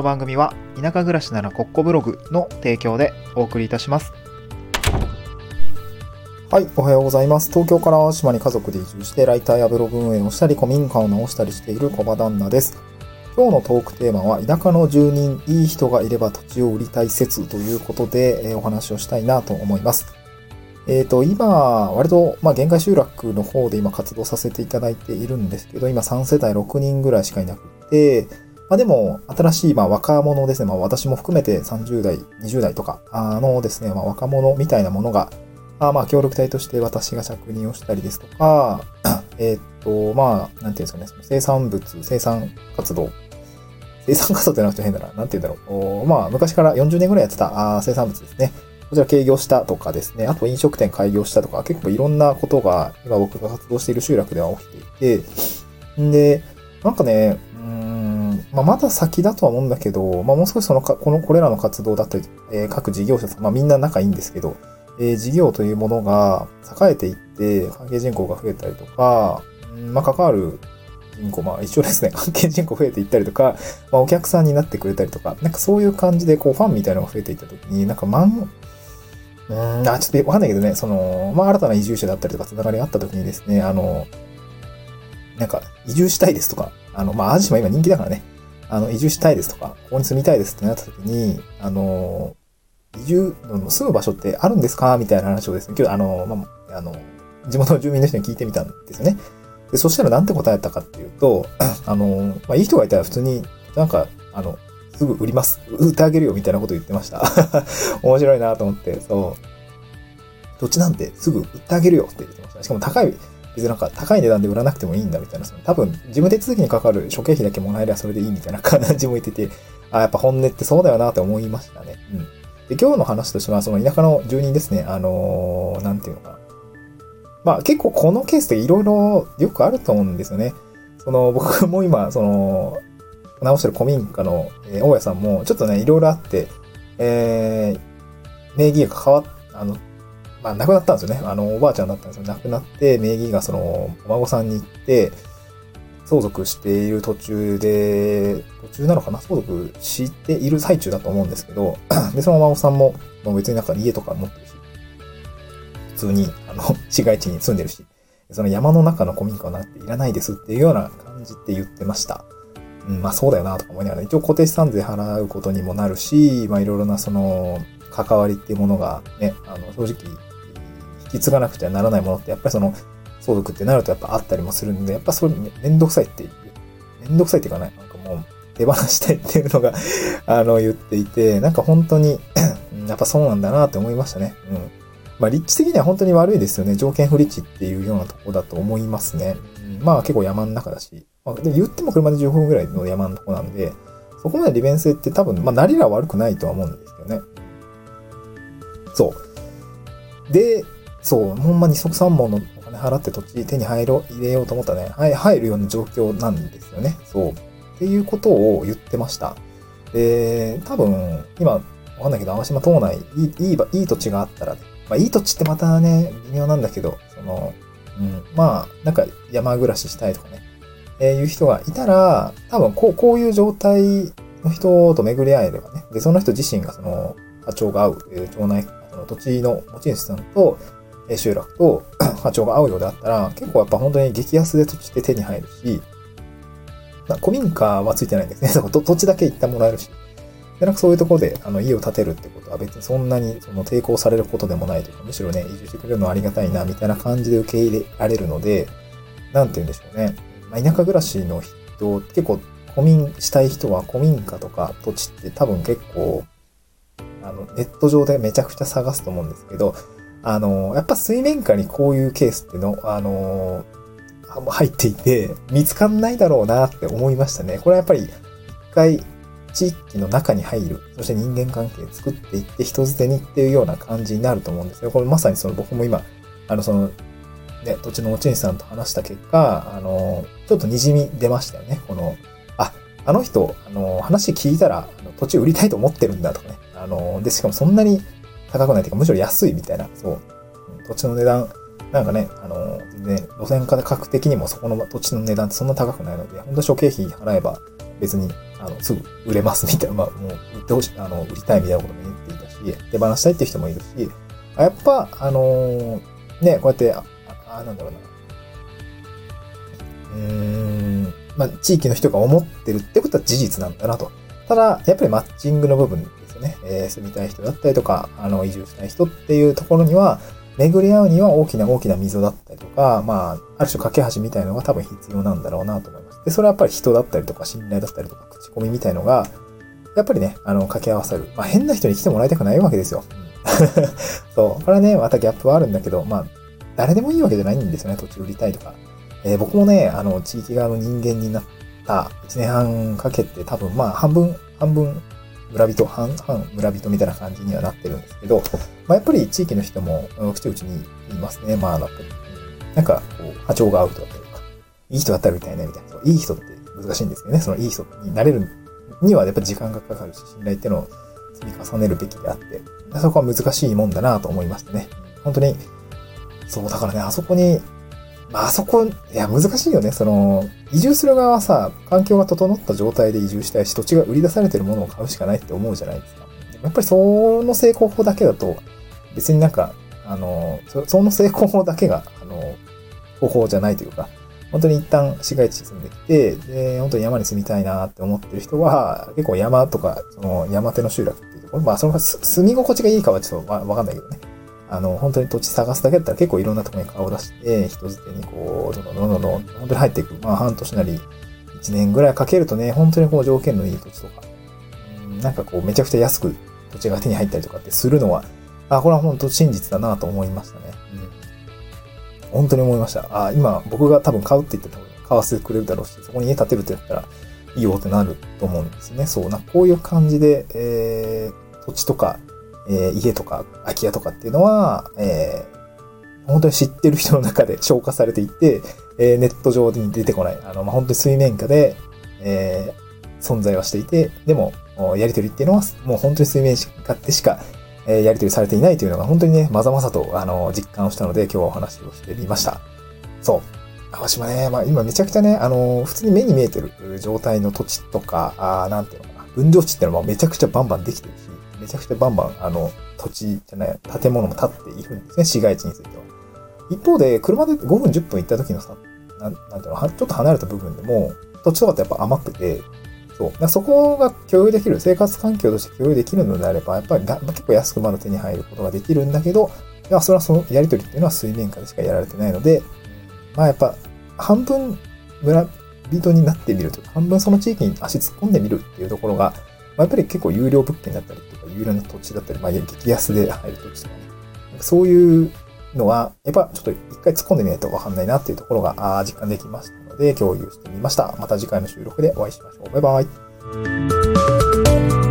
の番組は田舎暮らしならコッコブログの提供でお送りいたします。 はい、おはようございます。東京から淡島に家族で移住してライターやブログ運営をしたり古民家を直したりしている小場旦那です。今日のトークテーマは田舎の住人いい人がいれば土地を売りたい説ということで、お話をしたいなと思います。今割と限界集落の方で今活動させていただいているんですけど、今3世帯6人ぐらいしかいなくて、でも新しい若者ですね、私も含めて30代、20代とかのですね、若者みたいなものが協力隊として私が着任をしたりですとか、なんていうんですかね、その生産活動ってのはちょっと変だな。なんていうんだろう。昔から40年ぐらいやってた生産物ですね。こちら経業したとかですね、あと飲食店開業したとか、結構いろんなことが今僕が活動している集落では起きていて、で、なんかね、まだ先だとは思うんだけど、もう少しこれらの活動だったり、各事業者さん、みんな仲いいんですけど、事業というものが栄えていって、関係人口が増えたりとか、関わる人口、一緒ですね。関係人口増えていったりとか、お客さんになってくれたりとか、なんかそういう感じで、ファンみたいなのが増えていったときに、なんかちょっとわかんないけどね、新たな移住者だったりとか、つながりがあったときにですね、なんか、移住したいですとか、淡路島今人気だからね、移住したいですとか、ここに住みたいですってなったときに、移住の住む場所ってあるんですかみたいな話をですね、今日、地元の住民の人に聞いてみたんですよね。で、そしたらなんて答えたかっていうと、いい人がいたら普通にすぐ売ります。売ってあげるよみたいなこと言ってました。面白いなと思って、そう。土地なんてすぐ売ってあげるよって言ってました。しかも別に高い値段で売らなくてもいいんだみたいな。多分、事務手続きにかかる諸経費だけもらえればそれでいいみたいな感じも言ってて、やっぱ本音ってそうだよなって思いましたね。うん。で、今日の話としては、その田舎の住人ですね。なんていうのかな。結構このケースっていろいろよくあると思うんですよね。僕も今、直してる古民家の、大家さんも、ちょっとね、いろいろあって、名義が亡くなったんですよね。おばあちゃんだったんですよ。亡くなって、名義がお孫さんに行って、相続している途中なのかな、相続している最中だと思うんですけど、で、そのお孫さんも、別になんか家とか持ってるし、普通に、市街地に住んでるし、その山の中の古民家なんていらないですっていうような感じって言ってました。そうだよなとか思いながら、一応固定資産税払うことにもなるし、いろいろな関わりっていうものがね、正直、引き継がなくてはならないものって、やっぱり相続ってなるとやっぱあったりもするんで、やっぱそれめんどくさいっていうかね、なんかもう手放したいっていうのが、言っていて、なんか本当に、やっぱそうなんだなって思いましたね。立地的には本当に悪いですよね。条件不立地っていうようなとこだと思いますね。結構山の中だし、で言っても車で15分ぐらいの山のとこなんで、そこまで利便性って多分、なりら悪くないとは思うんですけどね。そう。で、ほんま二足三本のお金払って土地手に入れようと思ったらね、入るような状況なんですよね。そう。っていうことを言ってました。で、多分、今、わかんないけど、淡島島内、いい土地があったら、いい土地ってまたね、微妙なんだけど、なんか山暮らししたいとかね、いう人がいたら、多分こういう状態の人と巡り合えればね、で、その人自身が波長が合う、町内、土地の持ち主さんと、集落と波長が合うようであったら、結構やっぱ本当に激安で土地って手に入るし、古民家はついてないんですね。土地だけ一旦もらえるし。で、なんかそういうところで、家を建てるってことは別にそんなに抵抗されることでもないというか、むしろね、移住してくれるのはありがたいな、みたいな感じで受け入れられるので、なんて言うんでしょうね。田舎暮らしの人、結構したい人は古民家とか土地って多分結構、ネット上でめちゃくちゃ探すと思うんですけど、やっぱ水面下にこういうケースって入っていて、見つかんないだろうなって思いましたね。これはやっぱり一回地域の中に入る、そして人間関係作っていって人づてにっていうような感じになると思うんですよ。これまさに僕も今、土地の持ち主さんと話した結果、ちょっと滲み出ましたよね。あの人、話聞いたら、土地売りたいと思ってるんだとかね。で、しかもそんなに高くないというか、むしろ安いみたいな、土地の値段、なんかね、全然、路線価格的にもそこの土地の値段ってそんな高くないので、本当諸経費払えば、 別に、すぐ売れますみたいな、まあ、もう売ってほしい、売りたいみたいなことも言っていたし、手放したいっていう人もいるし、やっぱ、ね、こうやって、なんだろうな。まあ、地域の人が思ってるってことは事実なんだなと。ただ、やっぱりマッチングの部分ですよね。住みたい人だったりとか、移住したい人っていうところには、巡り合うには大きな溝だったりとか、まあ、ある種架け橋みたいなのが多分必要なんだろうなと思います。で、それはやっぱり人だったりとか、信頼だったりとか、口コミみたいのが、やっぱりね、掛け合わさる。まあ、変な人に来てもらいたくないわけですよ。そう。これはね、またギャップはあるんだけど、まあ、誰でもいいわけじゃないんですよね、土地売りたいとか。僕もね、地域側の人間になった1年半かけて多分、まあ、半分、村人、半村人みたいな感じにはなってるんですけど、まあ、やっぱり地域の人も、口々に言いますね。まあ、なんか、こう、波長が合う人だったりとか、いい人だったらみたいなみたいな。いい人って難しいんですけどね、そのいい人になれるにはやっぱり時間がかかるし、信頼っていうのを積み重ねるべきであって、そこは難しいもんだなと思いましてね。本当に、そう、だからね、いや、難しいよね。移住する側はさ、環境が整った状態で移住したいし、土地が売り出されてるものを買うしかないって思うじゃないですか。やっぱりその成功法だけだと、別になんか、その成功法だけが、方法じゃないというか、本当に一旦市街地に住んできて、で、本当に山に住みたいなって思ってる人は、結構山とか、山手の集落っていうところ、まあ、その住み心地がいいかはちょっとわかんないけどね。本当に土地探すだけだったら結構いろんなところに顔を出して、人づてにこう、どんどん本当に入っていく。まあ半年なり1年ぐらいかけるとね、本当にこう条件のいい土地とか、なんかこうめちゃくちゃ安く土地が手に入ったりとかってするのは、これは本当真実だなと思いましたね。本当に思いました。今僕が多分買うって言ってたら買わせてくれるだろうし、そこに家建てるって言ったらいいよってなると思うんですね。そうこういう感じで、土地とか、家とか空き家とかっていうのは、本当に知ってる人の中で消化されていって、ネット上に出てこない。本当に水面下で、存在はしていて、でも、やりとりっていうのは、もう本当に水面下でしか、やりとりされていないというのが本当にね、まざまざと、実感をしたので、今日はお話をしてみました。そう。淡島ね、まあ今めちゃくちゃね、普通に目に見えてる状態の土地とか、なんていうのかな、分譲地っていうのもめちゃくちゃバンバンできてるし、めちゃくちゃバンバン、土地じゃない、建物も建っているんですね、市街地については。一方で、車で5分10分行った時のさ、なんていうの、ちょっと離れた部分でも、土地とかってやっぱ余ってて、そう。そこが共有できる、生活環境として共有できるのであれば、やっぱり結構安くまだ手に入ることができるんだけど、それはそのやりとりっていうのは水面下でしかやられてないので、まあやっぱ、半分村人になってみるとか、半分その地域に足突っ込んでみるっていうところが、やっぱり結構有料物件だったりとか、有料な土地だったり、激安で入る土地とかね。そういうのは、やっぱちょっと一回突っ込んでみないとわかんないなっていうところが実感できましたので、共有してみました。また次回の収録でお会いしましょう。バイバイ。